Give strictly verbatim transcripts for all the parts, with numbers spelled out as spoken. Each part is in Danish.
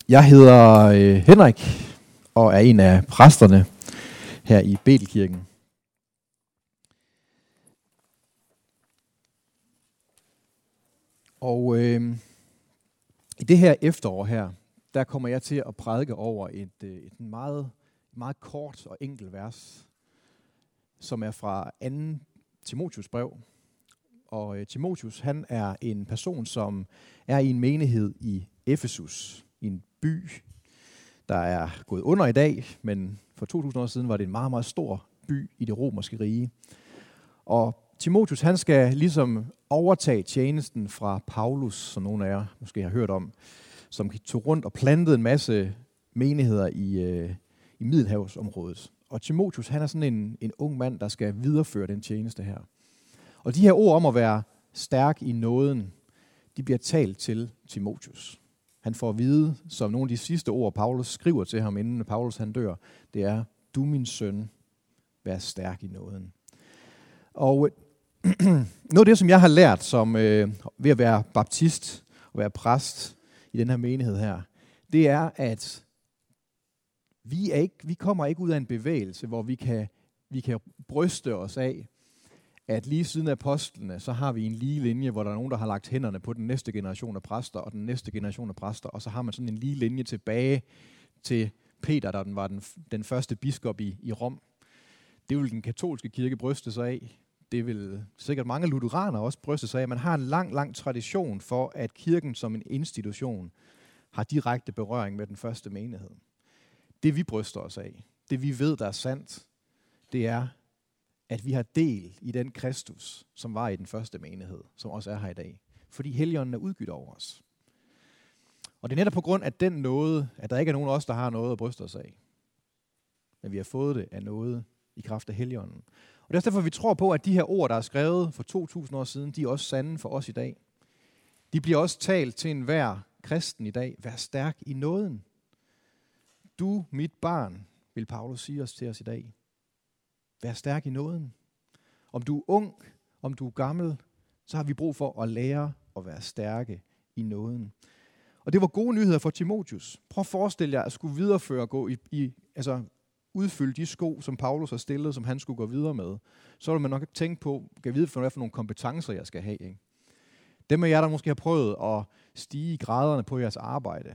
Jeg hedder øh, Henrik og er en af præsterne her i Betelkirken. Og øh, i det her efterår her, der kommer jeg til at prædike over et, et meget, meget kort og enkelt vers, som er fra anden Timotheus brev. Og øh, Timotheus, han er en person, som er i en menighed i Efesus, i en by, der er gået under i dag, men for to tusind år siden var det en meget, meget stor by i det romerske rige. Og Timotheus, han skal ligesom overtage tjenesten fra Paulus, som nogle af jer måske har hørt om, som tog rundt og plantede en masse menigheder i, øh, i Middelhavsområdet. Og Timotheus, han er sådan en, en ung mand, der skal videreføre den tjeneste her. Og de her ord om at være stærk i nåden, de bliver talt til Timotheus. Han får at vide, som nogle af de sidste ord, Paulus skriver til ham, inden Paulus han dør, det er, du min søn, vær stærk i nåden. Og noget af det, som jeg har lært som øh, ved at være baptist og være præst i den her menighed her, det er, at vi, er ikke, vi kommer ikke ud af en bevægelse, hvor vi kan, vi kan bryste os af, at lige siden af apostlene, så har vi en lige linje, hvor der er nogen, der har lagt hænderne på den næste generation af præster, og den næste generation af præster, og så har man sådan en lige linje tilbage til Peter, der var den, den første biskop i, i Rom. Det vil den katolske kirke bryste sig af. Det vil sikkert mange lutheranere også bryste sig af. Man har en lang, lang tradition for, at kirken som en institution har direkte berøring med den første menighed. Det vi bryster os af, det vi ved, der er sandt, det er, at vi har del i den Kristus, som var i den første menighed, som også er her i dag. Fordi Helligånden er udgivet over os. Og det er netop på grund af den nåde, at der ikke er nogen af os, der har noget at bryste os af. Men vi har fået det af noget i kraft af Helligånden. Og det er derfor, vi tror på, at de her ord, der er skrevet for to tusind år siden, de er også sande for os i dag. De bliver også talt til enhver kristen i dag. Vær stærk i nåden. Du, mit barn, vil Paulus sige os til os i dag. Vær stærk i nåden. Om du er ung, om du er gammel, så har vi brug for at lære at være stærke i nåden. Og det var gode nyheder for Timotheus. Prøv at forestille jer at skulle videreføre, gå i, i, altså udfylde de sko, som Paulus har stillet, som han skulle gå videre med. Så vil man nok tænke på, kan jeg vide, hvad for nogle kompetencer, jeg skal have. Ikke? Dem af jer, der måske har prøvet at stige i graderne på jeres arbejde,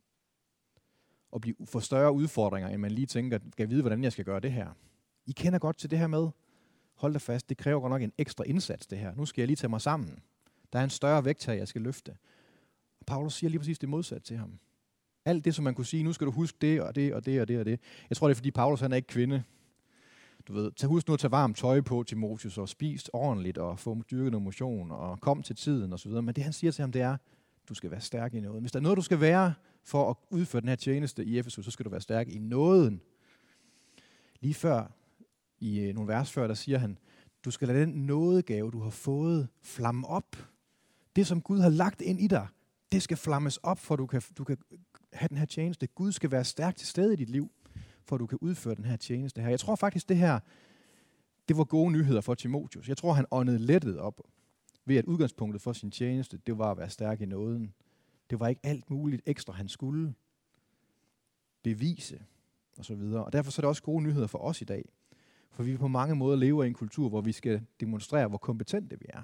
og blive for større udfordringer, end man lige tænker, kan jeg vide, hvordan jeg skal gøre det her. I kender godt til det her med, hold da fast, det kræver godt nok en ekstra indsats det her. Nu skal jeg lige tage mig sammen. Der er en større vægt her, jeg skal løfte. Og Paulus siger lige præcis det modsat til ham. Alt det, som man kunne sige, nu skal du huske det og det og det og det og det. Jeg tror, det er fordi Paulus han er ikke kvinde. Du ved, tag husk nu at tage varmt tøj på, Timotheus, og spist ordentligt og få dyrket noget motion og kom til tiden og så videre. Men det han siger til ham, det er, du skal være stærk i nåden. Hvis der er noget, du skal være for at udføre den her tjeneste i Efesus, så skal du være stærk i nåden. Lige før, i nogle vers før, der siger han, du skal lade den nådegave, du har fået, flamme op. Det, som Gud har lagt ind i dig, det skal flammes op, for du kan, du kan have den her tjeneste. Gud skal være stærk til stede i dit liv, for du kan udføre den her tjeneste her. Jeg tror faktisk, det her, det var gode nyheder for Timotheus. Jeg tror, han åndede lettet op ved, at udgangspunktet for sin tjeneste, det var at være stærk i nåden. Det var ikke alt muligt ekstra, han skulle bevise, og så videre. Og derfor så er det også gode nyheder for os i dag. For vi på mange måder lever i en kultur, hvor vi skal demonstrere, hvor kompetente vi er.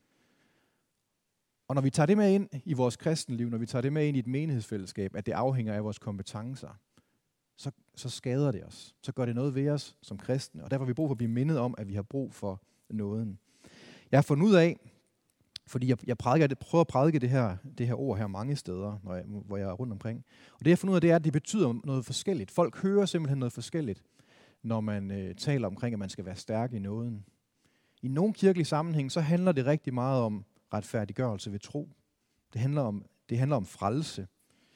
Og når vi tager det med ind i vores kristenliv, når vi tager det med ind i et menighedsfællesskab, at det afhænger af vores kompetencer, så, så skader det os. Så gør det noget ved os som kristne. Og derfor har vi brug for at blive mindet om, at vi har brug for nåden. Jeg har fundet ud af, fordi jeg, jeg, prædiker, jeg prøver at prædike det her, det her ord her mange steder, når jeg, hvor jeg er rundt omkring. Og det jeg har fundet ud af, det er, at det betyder noget forskelligt. Folk hører simpelthen noget forskelligt, når man øh, taler omkring, at man skal være stærk i nåden. I nogle kirkelige sammenhæng, så handler det rigtig meget om retfærdiggørelse ved tro. Det handler om, det handler om frelse.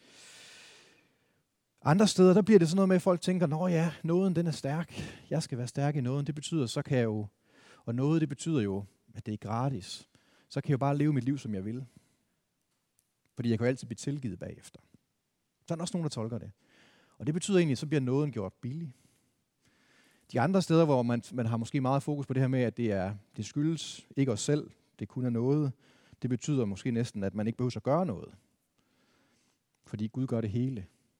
Andre steder, der bliver det sådan noget med, at folk tænker, nå ja, nåden den er stærk. Jeg skal være stærk i nåden. Det betyder, så kan jeg jo, og noget det betyder jo, at det er gratis. Så kan jeg jo bare leve mit liv, som jeg vil. Fordi jeg kan jo altid blive tilgivet bagefter. Så er der også nogen, der tolker det. Og det betyder egentlig, at så bliver nåden gjort billig. De andre steder, hvor man, man har måske meget fokus på det her med, at det, er, det skyldes ikke os selv, det kun er noget, det betyder måske næsten, at man ikke behøver at gøre noget. Fordi Gud gør det hele.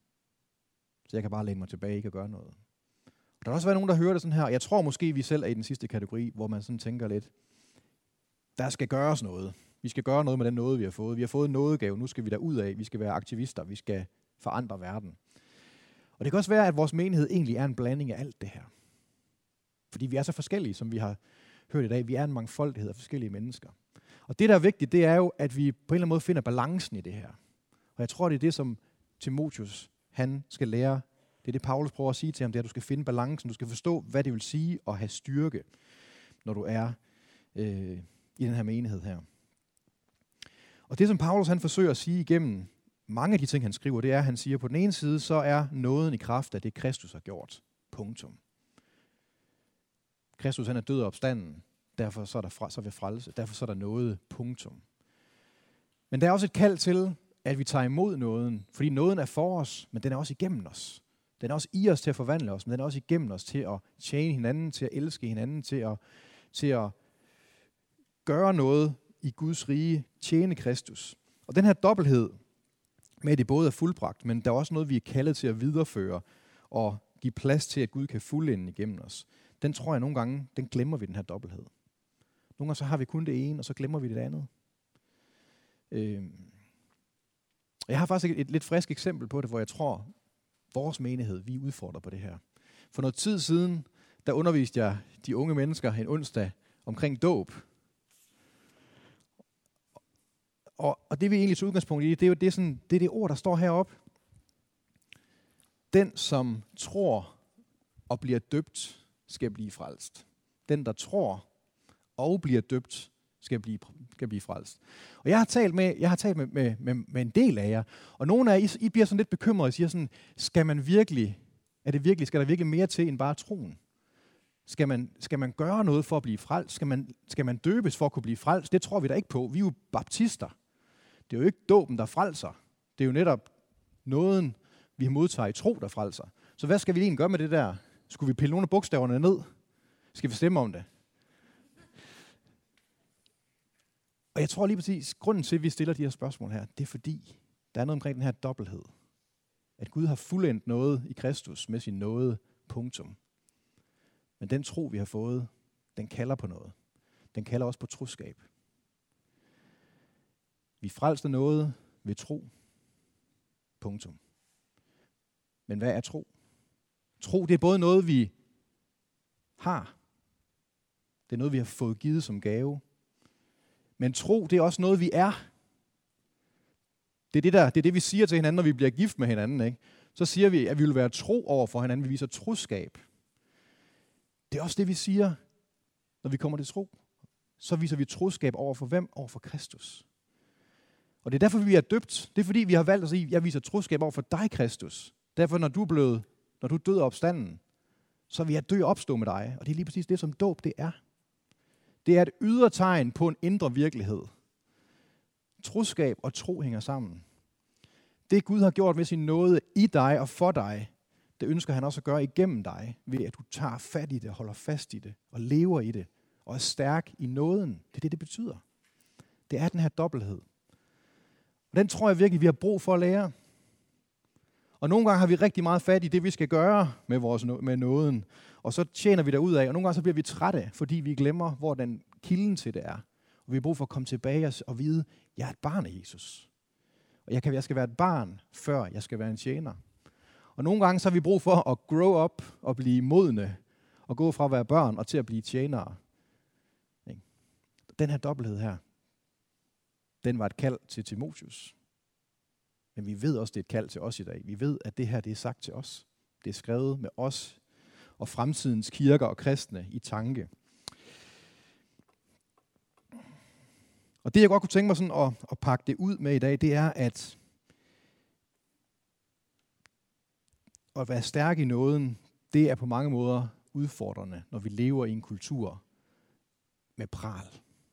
så jeg kan bare læne mig tilbage og ikke gøre noget. Og der har også været nogen, der hører det sådan her. Jeg tror måske, vi selv er i den sidste kategori, hvor man sådan tænker lidt, der skal gøres noget. Vi skal gøre noget med den nåde, vi har fået. Vi har fået en nådegave, nu skal vi derud af. Vi skal være aktivister, vi skal forandre verden. Og det kan også være, at vores menighed egentlig er en blanding af alt det her. Fordi vi er så forskellige, som vi har hørt i dag. Vi er en mangfoldighed af forskellige mennesker. Og det, der er vigtigt, det er jo, at vi på en eller anden måde finder balancen i det her. Og jeg tror, det er det, som Timotheus, han skal lære. Det er det, Paulus prøver at sige til ham, det er, at du skal finde balancen. Du skal forstå, hvad det vil sige at have styrke, når du er øh, i den her menighed her. Og det, som Paulus han forsøger at sige igennem mange af de ting, han skriver, det er, at han siger, at på den ene side, så er nåden i kraft af det, Kristus har gjort. Punktum. Kristus han er død og opstanden, derfor så er der fra, så er vi frelse, derfor så er der noget. Punktum. Men der er også et kald til, at vi tager imod nåden, fordi nåden er for os, men den er også igennem os. Den er også i os til at forvandle os, men den er også igennem os til at tjene hinanden, til at elske hinanden, til at, til at gøre noget i Guds rige, tjene Kristus. Og den her dobbelthed med, at det både er fuldbragt, men der er også noget, vi er kaldet til at videreføre og give plads til, at Gud kan fuldende igennem os. Den tror jeg nogle gange, den glemmer vi, den her dobbelthed. Nogle gange så har vi kun det ene, og så glemmer vi det andet. Øh. Jeg har faktisk et, et lidt frisk eksempel på det, hvor jeg tror, vores menighed, vi udfordrer på det her. For noget tid siden, der underviste jeg de unge mennesker en onsdag omkring dåb. Og, og det vi egentlig tog udgangspunkt i, det er jo det, sådan, det, er det ord, der står heroppe. Den, som tror og bliver døbt, skal blive frelst. Den, der tror og bliver døbt, skal blive, skal blive frelst. Og jeg har talt med, jeg har talt med, med, med, med en del af jer, og nogle af jer, I, I bliver sådan lidt bekymrede og siger sådan, skal man virkelig, er det virkelig, skal der virkelig mere til end bare troen? Skal man, skal man gøre noget for at blive frelst? Skal man, skal man døbes for at kunne blive frelst? Det tror vi da ikke på. Vi er jo baptister. Det er jo ikke dåben, der frelser. Det er jo netop nåden, vi modtager i tro, der frelser. Så hvad skal vi egentlig gøre med det der? Skulle vi pille nogle af bogstaverne ned? Skal vi stemme om det? Og jeg tror lige præcis, grunden til, at vi stiller de her spørgsmål her, det er fordi, der er noget omkring den her dobbelthed. At Gud har fuldendt noget i Kristus med sin nåde, punktum. Men den tro, vi har fået, den kalder på noget. Den kalder også på troskab. Vi frelste noget ved tro, punktum. Men hvad er tro? Tro, det er både noget, vi har. Det er noget, vi har fået givet som gave. Men tro, det er også noget, vi er. Det er det, der, det er det, vi siger til hinanden, når vi bliver gift med hinanden. Ikke? Så siger vi, at vi vil være tro over for hinanden. Vi viser troskab. Det er også det, vi siger, når vi kommer til tro. Så viser vi troskab over for hvem? Over for Kristus. Og det er derfor, vi er døbt. Det er fordi, vi har valgt at sige, at jeg viser troskab over for dig, Kristus. Derfor, når du er blevet, når du er død af opstanden, så vil jeg dø og opstå med dig. Og det er lige præcis det, som dåb det er. Det er et ydre tegn på en indre virkelighed. Troskab og tro hænger sammen. Det Gud har gjort med sin nåde i dig og for dig, det ønsker han også at gøre igennem dig, ved at du tager fat i det, holder fast i det, og lever i det, og er stærk i nåden. Det er det, det betyder. Det er den her dobbelthed. Og den tror jeg virkelig, vi har brug for at lære. Og nogle gange har vi rigtig meget fat i det, vi skal gøre med, vores, med nåden. Og så tjener vi derud af, og nogle gange så bliver vi trætte, fordi vi glemmer, hvor den kilden til det er. Og vi har brug for at komme tilbage og vide, at jeg er et barn af Jesus. Og jeg, kan, jeg skal være et barn, før jeg skal være en tjener. Og nogle gange så har vi brug for at grow up og blive modne, og gå fra at være børn og til at blive tjenere. Den her dobbelthed her, den var et kald til Timotheus. Men vi ved også, det er et kald til os i dag. Vi ved, at det her det er sagt til os. Det er skrevet med os og fremtidens kirker og kristne i tanke. Og det, jeg godt kunne tænke mig sådan at, at pakke det ud med i dag, det er, at at være stærk i nåden, det er på mange måder udfordrende, når vi lever i en kultur med pral.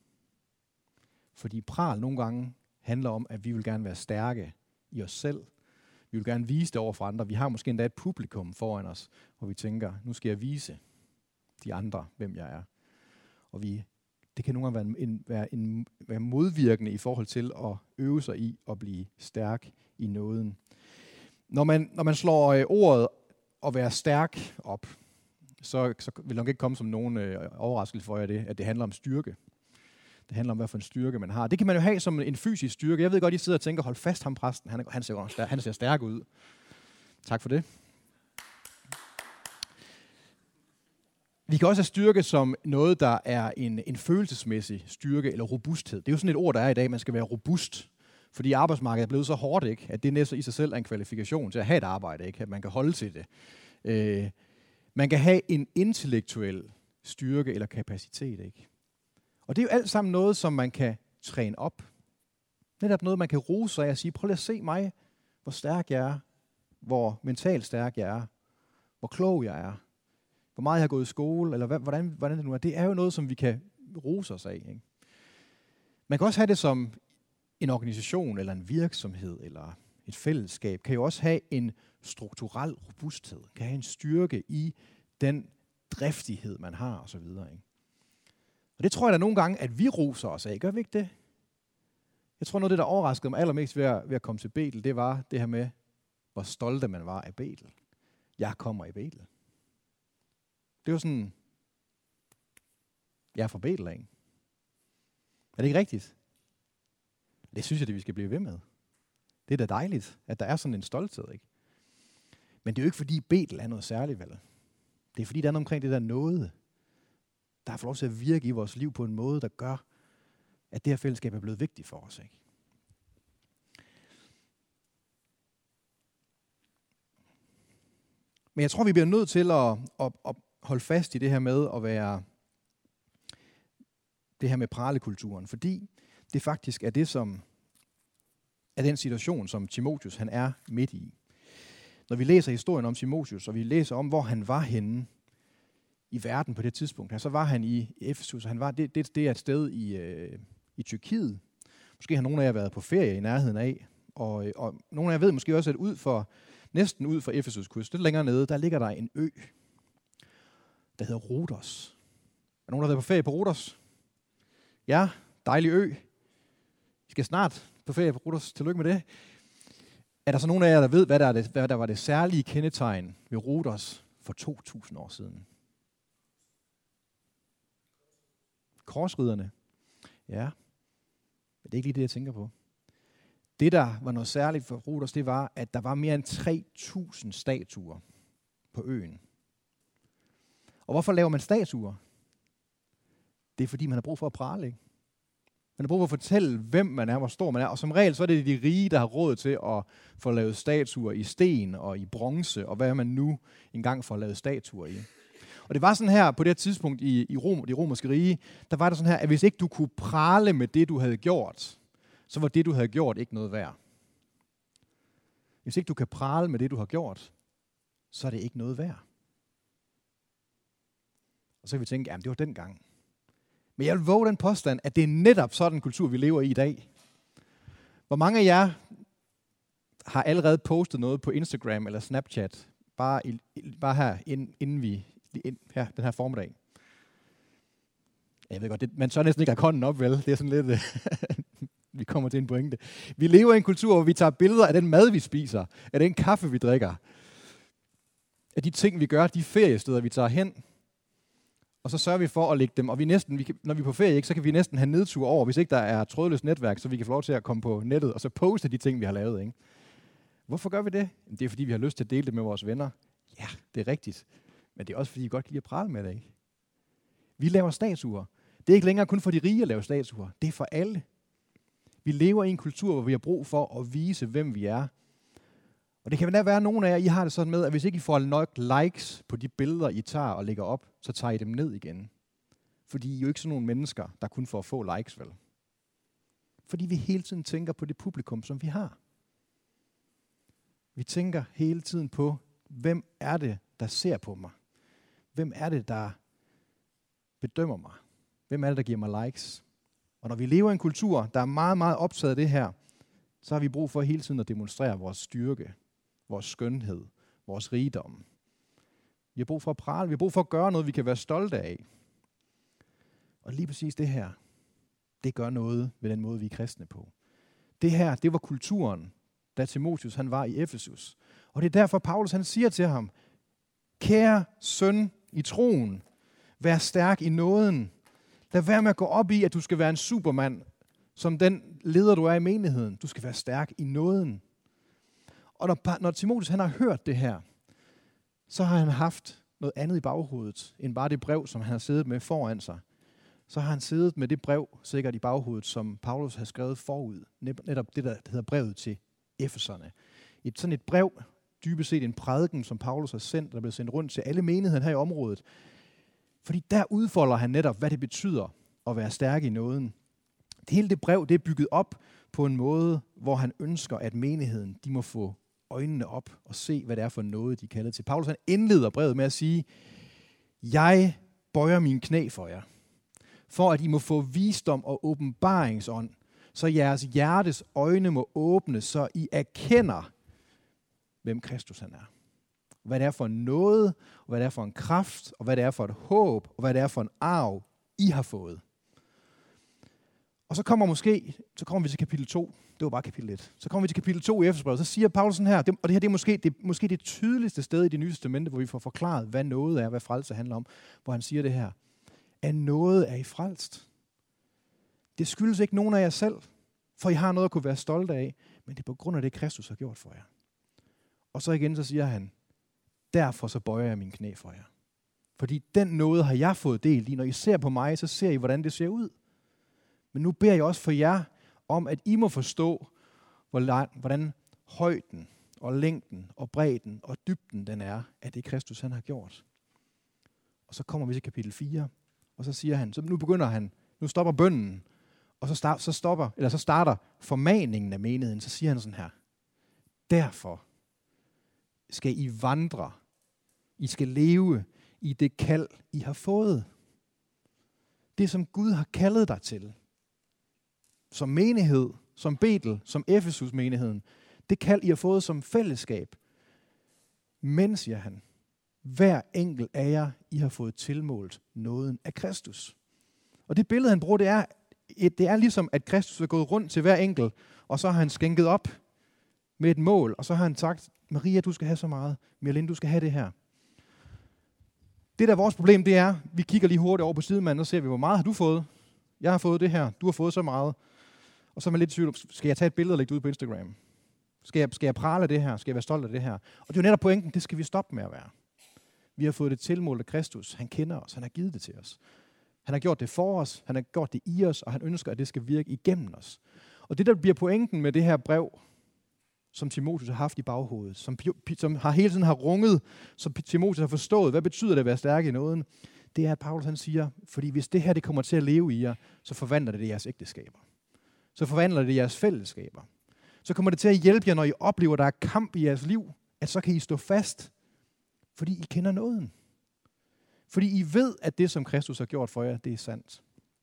Fordi pral nogle gange handler om, at vi vil gerne være stærke i os selv. Vi vil gerne vise det over for andre. Vi har måske endda et publikum foran os, hvor vi tænker, nu skal jeg vise de andre, hvem jeg er. Og vi, det kan nogle gange være, en, være, en, være modvirkende i forhold til at øve sig i at blive stærk i nåden. Når man, når man slår øh, ordet at være stærk op, så, så vil det nok ikke komme som nogen øh, overraskelse for jer det, at det handler om styrke. Det handler om, hvad for en styrke man har. Det kan man jo have som en fysisk styrke. Jeg ved godt, I sidder og tænker, hold fast ham præsten, han, er, han, ser, stærk, han ser stærk ud. Tak for det. Vi kan også have styrke som noget, der er en, en følelsesmæssig styrke eller robusthed. Det er jo sådan et ord, der er i dag, man skal være robust. Fordi arbejdsmarkedet er blevet så hårdt, ikke, at det næsten i sig selv er en kvalifikation til at have et arbejde, ikke, at man kan holde til det. Øh, man kan have en intellektuel styrke eller kapacitet. Ikke? Og det er jo alt sammen noget, som man kan træne op. Netop noget, man kan rose sig af og sige, prøv lige at se mig, hvor stærk jeg er, hvor mentalt stærk jeg er, hvor klog jeg er, hvor meget jeg har gået i skole, eller hvad, hvordan, hvordan det nu er. Det er jo noget, som vi kan rose os af. Ikke? Man kan også have det som en organisation, eller en virksomhed, eller et fællesskab, kan jo også have en strukturel robusthed, kan have en styrke i den driftighed, man har, osv. Og det tror jeg da nogle gange, at vi roser os af. Gør vi ikke det? Jeg tror noget af det, der overraskede mig allermest ved at, ved at komme til Betel, det var det her med, hvor stolte man var af Betel. Jeg kommer i Betel. Det var sådan, jeg er fra Betel, ikke? Er det ikke rigtigt? Det synes jeg, det vi skal blive ved med. Det er da dejligt, at der er sådan en stolthed, ikke? Men det er jo ikke, fordi Betel er noget særligt, vel? Det er, fordi der er noget omkring det der noget, der har fået lov til at virke i vores liv på en måde, der gør, at det her fællesskab er blevet vigtigt for os, ikke? Men jeg tror, vi bliver nødt til at, at, at holde fast i det her med at være det her med pralekulturen, fordi det faktisk er det, som er den situation, som Timotheus han er midt i. Når vi læser historien om Timotheus, og vi læser om, hvor han var henne i verden på det tidspunkt, så var han i Efesus, og han var, det, det, det er et sted i, øh, i Tyrkiet. Måske har nogle af jer været på ferie i nærheden af, og, og nogle af jer ved måske også, at ud for, næsten ud for Efesus kyst, lidt længere nede, der ligger der en ø, der hedder Rhodos. Er nogen, der har været på ferie på Rhodos? Ja, dejlig ø. I skal snart på ferie på Rhodos. Tillykke med det. Er der så nogen af jer, der ved, hvad der, er det, hvad der var det særlige kendetegn ved Rhodos for to tusind år siden? Korsridderne. Ja, men det er ikke lige det, jeg tænker på. Det, der var noget særligt for Rhodos, det var, at der var mere end tre tusind statuer på øen. Og hvorfor laver man statuer? Det er, fordi man har brug for at prale, ikke? Man har brug for at fortælle, hvem man er, hvor stor man er. Og som regel, så er det de rige, der har råd til at få lavet statuer i sten og i bronze, og hvad man nu engang får lavet statuer i. Og det var sådan her, på det her tidspunkt i, i Rom, det romerske rige, der var det sådan her, at hvis ikke du kunne prale med det, du havde gjort, så var det, du havde gjort, ikke noget værd. Hvis ikke du kan prale med det, du har gjort, så er det ikke noget værd. Og så kan vi tænke, jamen det var dengang. Men jeg vil våge den påstand, at det er netop sådan en kultur, vi lever i i dag. Hvor mange af jer har allerede postet noget på Instagram eller Snapchat, bare, i, bare her, inden, inden vi, ind, her, den her formiddag? Jeg ved godt, det, man så næsten ikke har hånden op, vel? Det er sådan lidt, vi kommer til en pointe. Vi lever i en kultur, hvor vi tager billeder af den mad, vi spiser, af den kaffe, vi drikker, af de ting, vi gør, de feriesteder, vi tager hen. Og så sørger vi for at lægge dem, og vi næsten, vi kan, når vi er på ferie, ikke, så kan vi næsten have nedtur over, hvis ikke der er trådløst netværk, så vi kan få lov til at komme på nettet, og så poste de ting, vi har lavet. Ikke? Hvorfor gør vi det? Det er, fordi vi har lyst til at dele det med vores venner. Ja, det er rigtigt. Men det er også, fordi vi godt kan lide at prale med det. Ikke? Vi laver statuer. Det er ikke længere kun for de rige at lave statuer. Det er for alle. Vi lever i en kultur, hvor vi har brug for at vise, hvem vi er. Og det kan da være, at nogle af jer, I har det sådan med, at hvis ikke I får nok likes på de billeder, I tager og lægger op, så tager I dem ned igen. Fordi I er jo ikke sådan nogle mennesker, der kun får få likes, vel? Fordi vi hele tiden tænker på det publikum, som vi har. Vi tænker hele tiden på, hvem er det, der ser på mig? Hvem er det, der bedømmer mig? Hvem er det, der giver mig likes? Og når vi lever i en kultur, der er meget, meget optaget af det her, så har vi brug for hele tiden at demonstrere vores styrke, vores skønhed, vores rigdom. Vi har brug for at prale, vi har brug for at gøre noget, vi kan være stolte af. Og lige præcis det her, det gør noget ved den måde, vi er kristne på. Det her, det var kulturen, da Timotheus han var i Efesus. Og det er derfor, Paulus han siger til ham, kære søn i troen, vær stærk i nåden. Lad være med at gå op i, at du skal være en supermand, som den leder, du er i menigheden. Du skal være stærk i nåden. Og når, når Timotheus han har hørt det her, så har han haft noget andet i baghovedet, end bare det brev, som han har siddet med foran sig. Så har han siddet med det brev, sikkert i baghovedet, som Paulus har skrevet forud. Netop det, der hedder brevet til Efeserne. Et, sådan et brev, dybest set en prædiken, som Paulus har sendt, der blev sendt rundt til alle menigheder her i området. Fordi der udfolder han netop, hvad det betyder at være stærk i nåden. Det hele det brev, det er bygget op på en måde, hvor han ønsker, at menigheden, de må få øjnene op og se, hvad det er for noget, de kalder til. Paulus han indleder brevet med at sige, jeg bøjer mine knæ for jer, for at I må få visdom og åbenbaringsånd, så jeres hjertes øjne må åbnes, så I erkender, hvem Kristus han er. Hvad det er for en nåde, og hvad det er for en kraft, og hvad det er for et håb, og hvad det er for en arv, I har fået. Og så kommer måske, så kommer vi til kapitel to. Det var bare kapitel et. Så kommer vi til kapitel to i Efeserbrevet. Så siger Paulus sådan her, det, og det her det er måske det, måske det tydeligste sted i Det Nye Testamente, hvor vi får forklaret, hvad noget er, hvad frelse handler om. Hvor han siger det her. At noget er I frelst. Det skyldes ikke nogen af jer selv, for I har noget at kunne være stolte af, men det er på grund af det, Kristus har gjort for jer. Og så igen, så siger han, derfor så bøjer jeg mine knæ for jer. Fordi den nåde har jeg fået del i. Når I ser på mig, så ser I, hvordan det ser ud. Men nu beder jeg også for jer, om at I må forstå, hvordan højden og længden og bredden og dybden den er, at det Kristus han har gjort. Og så kommer vi til kapitel fire, og så siger han, så nu begynder han, nu stopper bønnen, og så, start, så, stopper, eller så starter formaningen af menigheden, så siger han sådan her, derfor skal I vandre, I skal leve i det kald, I har fået. Det, som Gud har kaldet dig til. Som menighed, som Betel, som Efesus-menigheden. Det kald, I har fået som fællesskab. Men, siger han, hver enkelt af jer, I har fået tilmålt nåden af Kristus. Og det billede, han bruger, det er, det er ligesom, at Kristus er gået rundt til hver enkelt, og så har han skænket op med et mål, og så har han sagt, Maria, du skal have så meget. Mirlin, du skal have det her. Det der er vores problem, det er, vi kigger lige hurtigt over på sidemanden, og ser vi, hvor meget har du fået? Jeg har fået det her. Du har fået så meget. Og så er man lidt i tvivl, skal jeg tage et billede og lægge det ud på Instagram? Skal jeg, skal jeg prale af det her? Skal jeg være stolt af det her? Og det er jo netop pointen, det skal vi stoppe med at være. Vi har fået det tilmålt af Kristus. Han kender os. Han har givet det til os. Han har gjort det for os. Han har gjort det i os, og han ønsker, at det skal virke igennem os. Og det, der bliver pointen med det her brev, som Timotheus har haft i baghovedet, som, som har hele tiden har runget, som Timotheus har forstået, hvad betyder det at være stærk i nåden, det er, at Paulus han siger, fordi hvis det her det kommer til at leve i jer, så forvandler det, det jeres ægteskaber. Så forvandler det jeres fællesskaber. Så kommer det til at hjælpe jer, når I oplever, at der er kamp i jeres liv, at så kan I stå fast, fordi I kender nåden. Fordi I ved, at det, som Kristus har gjort for jer, det er sandt.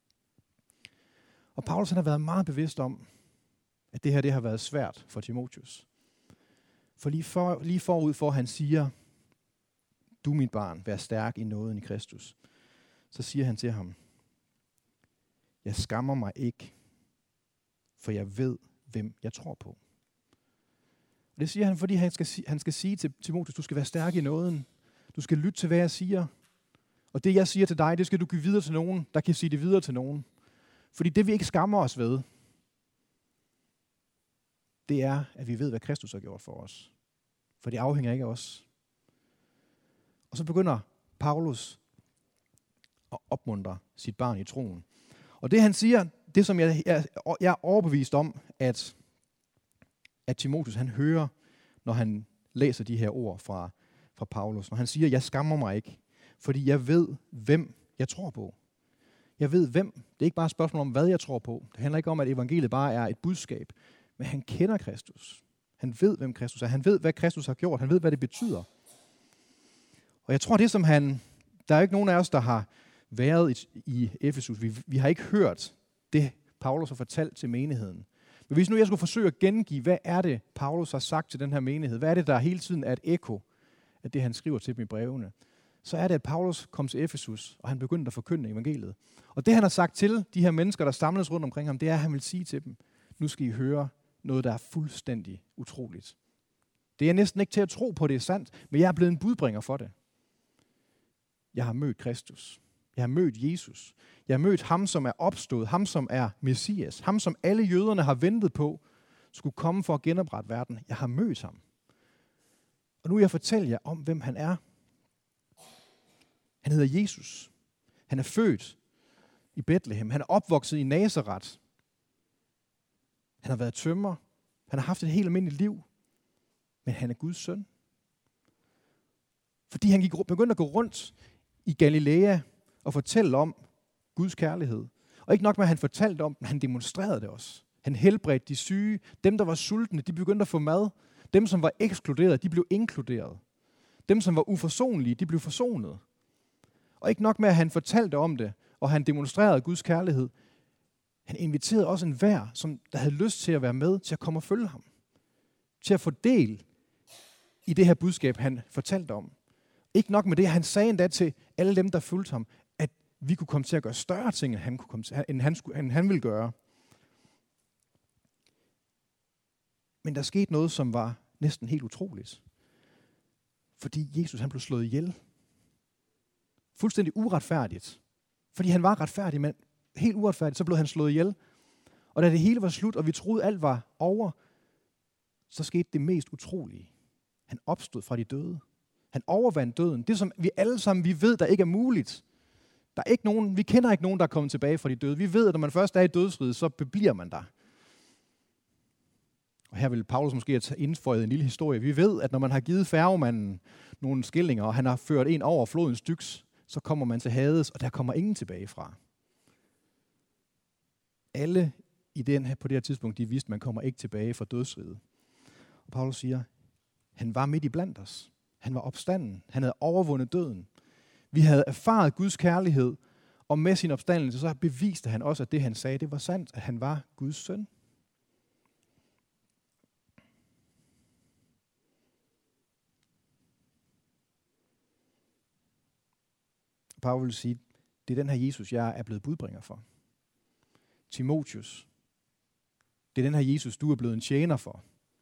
Og Paulus han har været meget bevidst om, at det her det har været svært for Timotheus. For lige, for lige forud for, at han siger, du mit barn, vær stærk i nåden i Kristus, så siger han til ham, jeg skammer mig ikke, for jeg ved, hvem jeg tror på. Og det siger han, fordi han skal, han skal sige til Timotheus, du skal være stærk i nåden. Du skal lytte til, hvad jeg siger. Og det, jeg siger til dig, det skal du give videre til nogen, der kan sige det videre til nogen. Fordi det, vi ikke skammer os ved, det er, at vi ved, hvad Kristus har gjort for os. For det afhænger ikke af os. Og så begynder Paulus at opmuntre sit barn i troen. Og det han siger, det som jeg, jeg, jeg er overbevist om, at, at Timotheus han hører, når han læser de her ord fra, fra Paulus. Når han siger, jeg skammer mig ikke, fordi jeg ved, hvem jeg tror på. Jeg ved hvem. Det er ikke bare et spørgsmål om, hvad jeg tror på. Det handler ikke om, at evangeliet bare er et budskab. Men han kender Kristus. Han ved, hvem Kristus er. Han ved, hvad Kristus har gjort. Han ved, hvad det betyder. Og jeg tror, det som han... Der er ikke nogen af os, der har været i, i Efesus. Vi, vi har ikke hørt det, Paulus har fortalt til menigheden. Men hvis nu jeg skulle forsøge at gengive, hvad er det, Paulus har sagt til den her menighed? Hvad er det, der hele tiden er et ekko af det, han skriver til dem i brevene? Så er det, at Paulus kom til Efesus, og han begyndte at forkynde evangeliet. Og det, han har sagt til de her mennesker, der samles rundt omkring ham, det er, at han vil sige til dem, nu skal I høre noget, der er fuldstændig utroligt. Det er næsten ikke til at tro på, det er sandt, men jeg er blevet en budbringer for det. Jeg har mødt Kristus. Jeg har mødt Jesus. Jeg har mødt ham, som er opstået, ham, som er Messias, ham, som alle jøderne har ventet på, skulle komme for at genoprette verden. Jeg har mødt ham. Og nu vil jeg fortælle jer om, hvem han er. Han hedder Jesus. Han er født i Bethlehem. Han er opvokset i Nazareth. Han har været tømrer. Han har haft et helt almindeligt liv. Men han er Guds søn. Fordi han gik, begyndte at gå rundt i Galilea og fortælle om Guds kærlighed. Og ikke nok med, at han fortalte om den, han demonstrerede det også. Han helbredte de syge. Dem, der var sultne, de begyndte at få mad. Dem, som var ekskluderet, de blev inkluderet. Dem, som var uforsonlige, de blev forsonet. Og ikke nok med, at han fortalte om det, og han demonstrerede Guds kærlighed. Han inviterede også enhver, som der havde lyst til at være med, til at komme og følge ham. Til at få del i det her budskab, han fortalte om. Ikke nok med det, han sagde endda til alle dem, der fulgte ham, at vi kunne komme til at gøre større ting, end han, kunne komme til, end han, skulle, end han ville gøre. Men der skete noget, som var næsten helt utroligt. Fordi Jesus han blev slået ihjel. Fuldstændig uretfærdigt. Fordi han var retfærdig, men helt uretfærdigt, så blev han slået ihjel. Og da det hele var slut, og vi troede, alt var over, så skete det mest utrolige. Han opstod fra de døde. Han overvandt døden. Det, som vi alle sammen vi ved, der ikke er muligt. Der er ikke nogen, vi kender ikke nogen, der er kommet tilbage fra de døde. Vi ved, at når man først er i dødsriget, så bebliver man der. Og her vil Paulus måske have indføjet en lille historie. Vi ved, at når man har givet færgemanden nogle skillinger, og han har ført en over floden Styx, så kommer man til Hades, og der kommer ingen tilbage fra. Alle i den her, på det her tidspunkt, de vidste, at man kommer ikke tilbage fra dødsriget. Og Paulus siger, han var midt i blandt os. Han var opstanden. Han havde overvundet døden. Vi havde erfaret Guds kærlighed, og med sin opstandelse, så beviste han også, at det han sagde, det var sandt, at han var Guds søn. Paulus vil sige, det er den her Jesus, jeg er blevet budbringer for. Timotheus, det er den her Jesus, du er blevet en tjener for.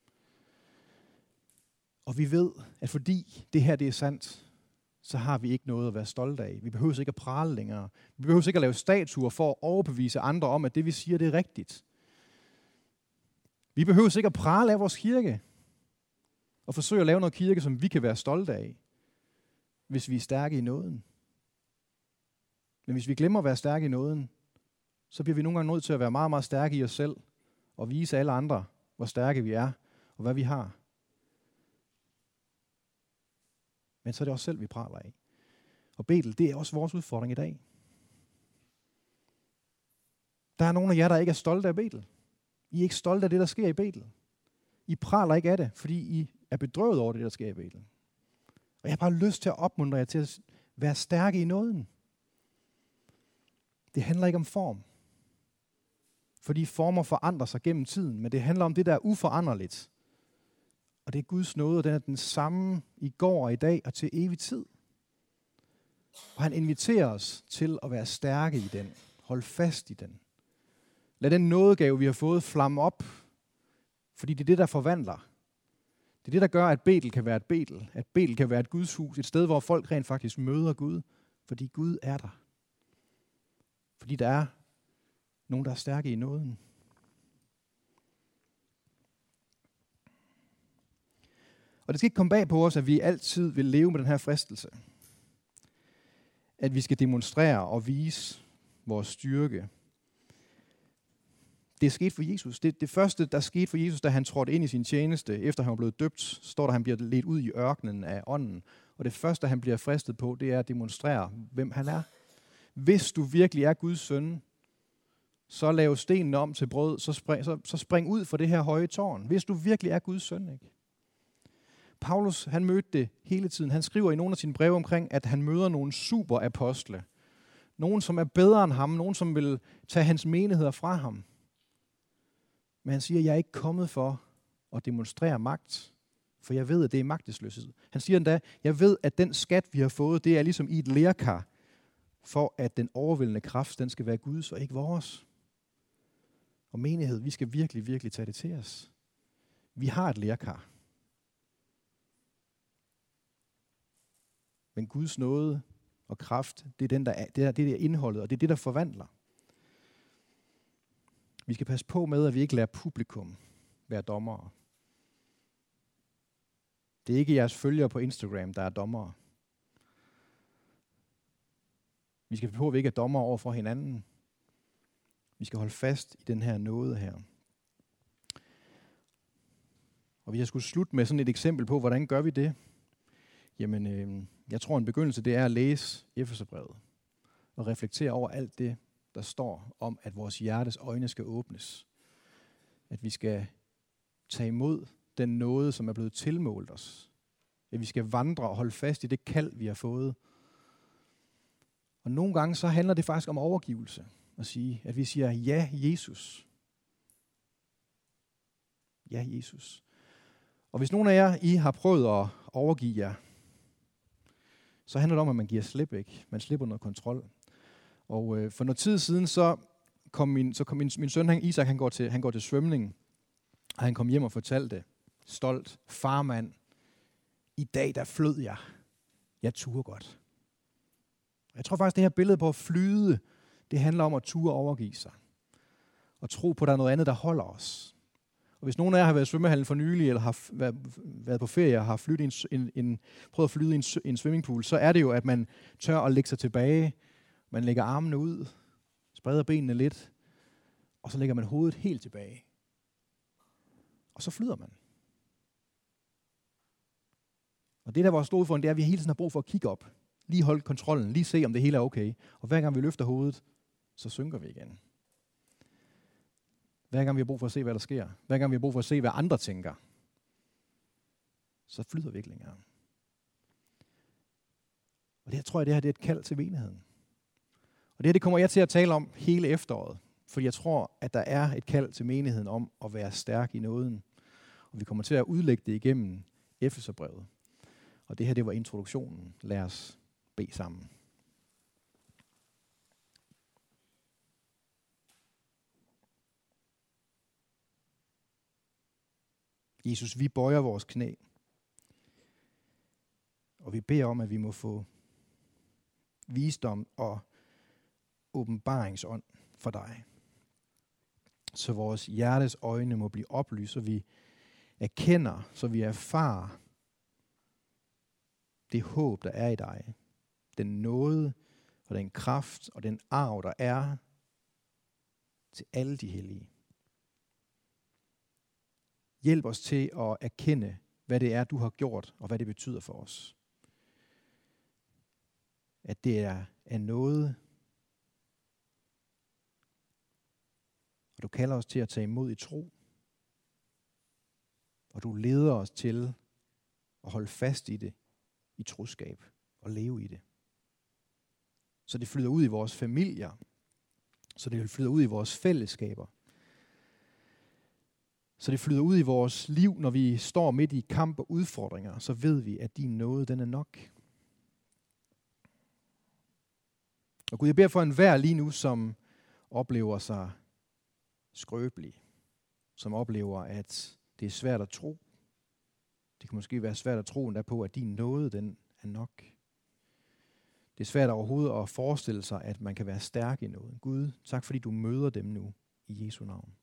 Og vi ved, at fordi det her det er sandt, så har vi ikke noget at være stolte af. Vi behøver ikke at prale længere. Vi behøver ikke at lave statuer for at overbevise andre om, at det vi siger, det er rigtigt. Vi behøver ikke at prale af vores kirke og forsøge at lave noget kirke, som vi kan være stolte af, hvis vi er stærke i nåden. Men hvis vi glemmer at være stærke i nåden, så bliver vi nogle gange nødt til at være meget, meget stærke i os selv og vise alle andre, hvor stærke vi er og hvad vi har. Men så er det også selv, vi praler af. Og Betel, det er også vores udfordring i dag. Der er nogle af jer, der ikke er stolte af Betel. I er ikke stolte af det, der sker i Betel. I praler ikke af det, fordi I er bedrøvet over det, der sker i Betel. Og jeg har bare lyst til at opmuntre jer til at være stærke i nåden. Det handler ikke om form. Fordi former forandrer sig gennem tiden, men det handler om det, der er uforanderligt. Og det er Guds nåde, og den er den samme i går og i dag og til evig tid. Og han inviterer os til at være stærke i den. Hold fast i den. Lad den nådegave, vi har fået, flamme op. Fordi det er det, der forvandler. Det er det, der gør, at Betel kan være et Betel. At Betel kan være et Guds hus. Et sted, hvor folk rent faktisk møder Gud. Fordi Gud er der. Fordi der er nogen, der er stærke i nåden. Og det skal ikke komme bag på os, at vi altid vil leve med den her fristelse. At vi skal demonstrere og vise vores styrke. Det er sket for Jesus. Det, det første, der skete for Jesus, da han trådte ind i sin tjeneste, efter han var blevet døbt, står der, at han bliver ledt ud i ørkenen af ånden. Og det første, han bliver fristet på, det er at demonstrere, hvem han er. Hvis du virkelig er Guds søn, så lav stenene om til brød, så spring, så, så spring ud fra det her høje tårn. Hvis du virkelig er Guds søn, ikke? Paulus, han mødte det hele tiden. Han skriver i nogle af sine breve omkring, at han møder nogle superapostle. Nogen, som er bedre end ham. Nogen, som vil tage hans menigheder fra ham. Men han siger, jeg er ikke kommet for at demonstrere magt, for jeg ved, at det er magtesløshed. Han siger endda, jeg ved, at den skat, vi har fået, det er ligesom i et lerkar, for at den overvældende kraft, den skal være Guds og ikke vores. Og menighed, vi skal virkelig, virkelig tage det til os. Vi har et lerkar. Men Guds nåde og kraft, det er, den, der er, det er det, der er indholdet, og det er det, der forvandler. Vi skal passe på med, at vi ikke lader publikum være dommere. Det er ikke jeres følgere på Instagram, der er dommere. Vi skal passe på, at vi ikke er dommere over for hinanden. Vi skal holde fast i den her nåde her. Og hvis jeg skulle slutte med sådan et eksempel på, hvordan gør vi det? Jamen, øh, jeg tror en begyndelse, det er at læse Efeserbrevet. Og reflektere over alt det, der står om, at vores hjertes øjne skal åbnes. At vi skal tage imod den nåde, som er blevet tilmålt os. At vi skal vandre og holde fast i det kald, vi har fået. Og nogle gange så handler det faktisk om overgivelse. At sige, at vi siger, ja, Jesus. Ja, Jesus. Og hvis nogen af jer, I har prøvet at overgive jer, så handler det om, at man giver slip, ikke? Man slipper noget kontrol. Og øh, for noget tid siden, så kom min, så kom min, min søn, han, Isak, han går, til, han går til svømning, og han kom hjem og fortalte, stolt, farmand, i dag der flød jeg. Jeg turde godt. Jeg tror faktisk, det her billede på at flyde, det handler om at ture overgive sig. Og tro på, at der er noget andet, der holder os. Og hvis nogen af jer har været i svømmehallen for nylig, eller har været på ferie og har flyttet en, en, prøvet at flyde i en, en swimmingpool, så er det jo, at man tør at lægge sig tilbage. Man lægger armene ud, spreder benene lidt, og så lægger man hovedet helt tilbage. Og så flyder man. Og det, der er vores store udfordring, det er, at vi hele tiden har brug for at kigge op. Lige holde kontrollen, lige se, om det hele er okay. Og hver gang vi løfter hovedet, så synker vi igen. Hver gang vi har brug for at se, hvad der sker. Hver gang vi har brug for at se, hvad andre tænker. Så flyder vi ikke længere. Og det her tror jeg, det her det er et kald til menigheden. Og det her det kommer jeg til at tale om hele efteråret. Fordi jeg tror, at der er et kald til menigheden om at være stærk i nåden. Og vi kommer til at udlægge det igennem Efeserbrevet. Og det her det var introduktionen. Lad os bede sammen. Jesus, vi bøjer vores knæ, og vi beder om, at vi må få visdom og åbenbaringsånd for dig. Så vores hjertes øjne må blive oplyst, så vi erkender, så vi erfarer det håb, der er i dig. Den nåde og den kraft og den arv, der er til alle de hellige. Hjælp os til at erkende, hvad det er, du har gjort, og hvad det betyder for os. At det er, er noget, og du kalder os til at tage imod i tro, og du leder os til at holde fast i det, i troskab, og leve i det. Så det flyder ud i vores familier, så det flyder ud i vores fællesskaber, så det flyder ud i vores liv, når vi står midt i kamp og udfordringer, så ved vi, at din nåde, den er nok. Og Gud, jeg beder for enhver lige nu, som oplever sig skrøbelig, som oplever, at det er svært at tro. Det kan måske være svært at tro endda på, at din nåde, den er nok. Det er svært overhovedet at forestille sig, at man kan være stærk i noget. Gud, tak fordi du møder dem nu i Jesu navn.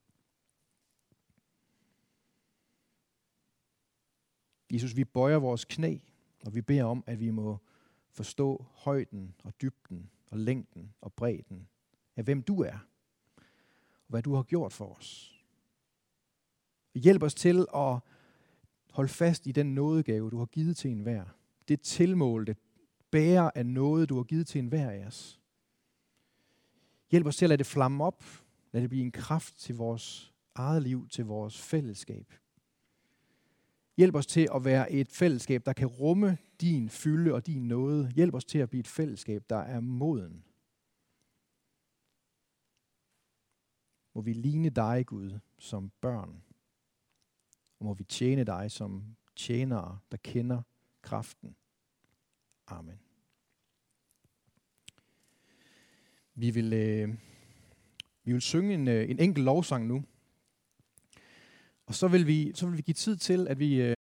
Jesus, vi bøjer vores knæ, og vi beder om, at vi må forstå højden og dybden og længden og bredden af, hvem du er, og hvad du har gjort for os. Hjælp os til at holde fast i den nådegave, du har givet til enhver. Det tilmålte bærer af noget, du har givet til enhver af os. Hjælp os til at lade det flamme op, lad det blive en kraft til vores eget liv, til vores fællesskab. Hjælp os til at være et fællesskab, der kan rumme din fylde og din nåde. Hjælp os til at blive et fællesskab, der er moden. Må vi ligne dig, Gud, som børn. Og må vi tjene dig som tjenere, der kender kraften. Amen. Vi vil, øh, vi vil synge en, øh, en enkelt lovsang nu. Og så vil vi, så vil vi give tid til, at vi... Øh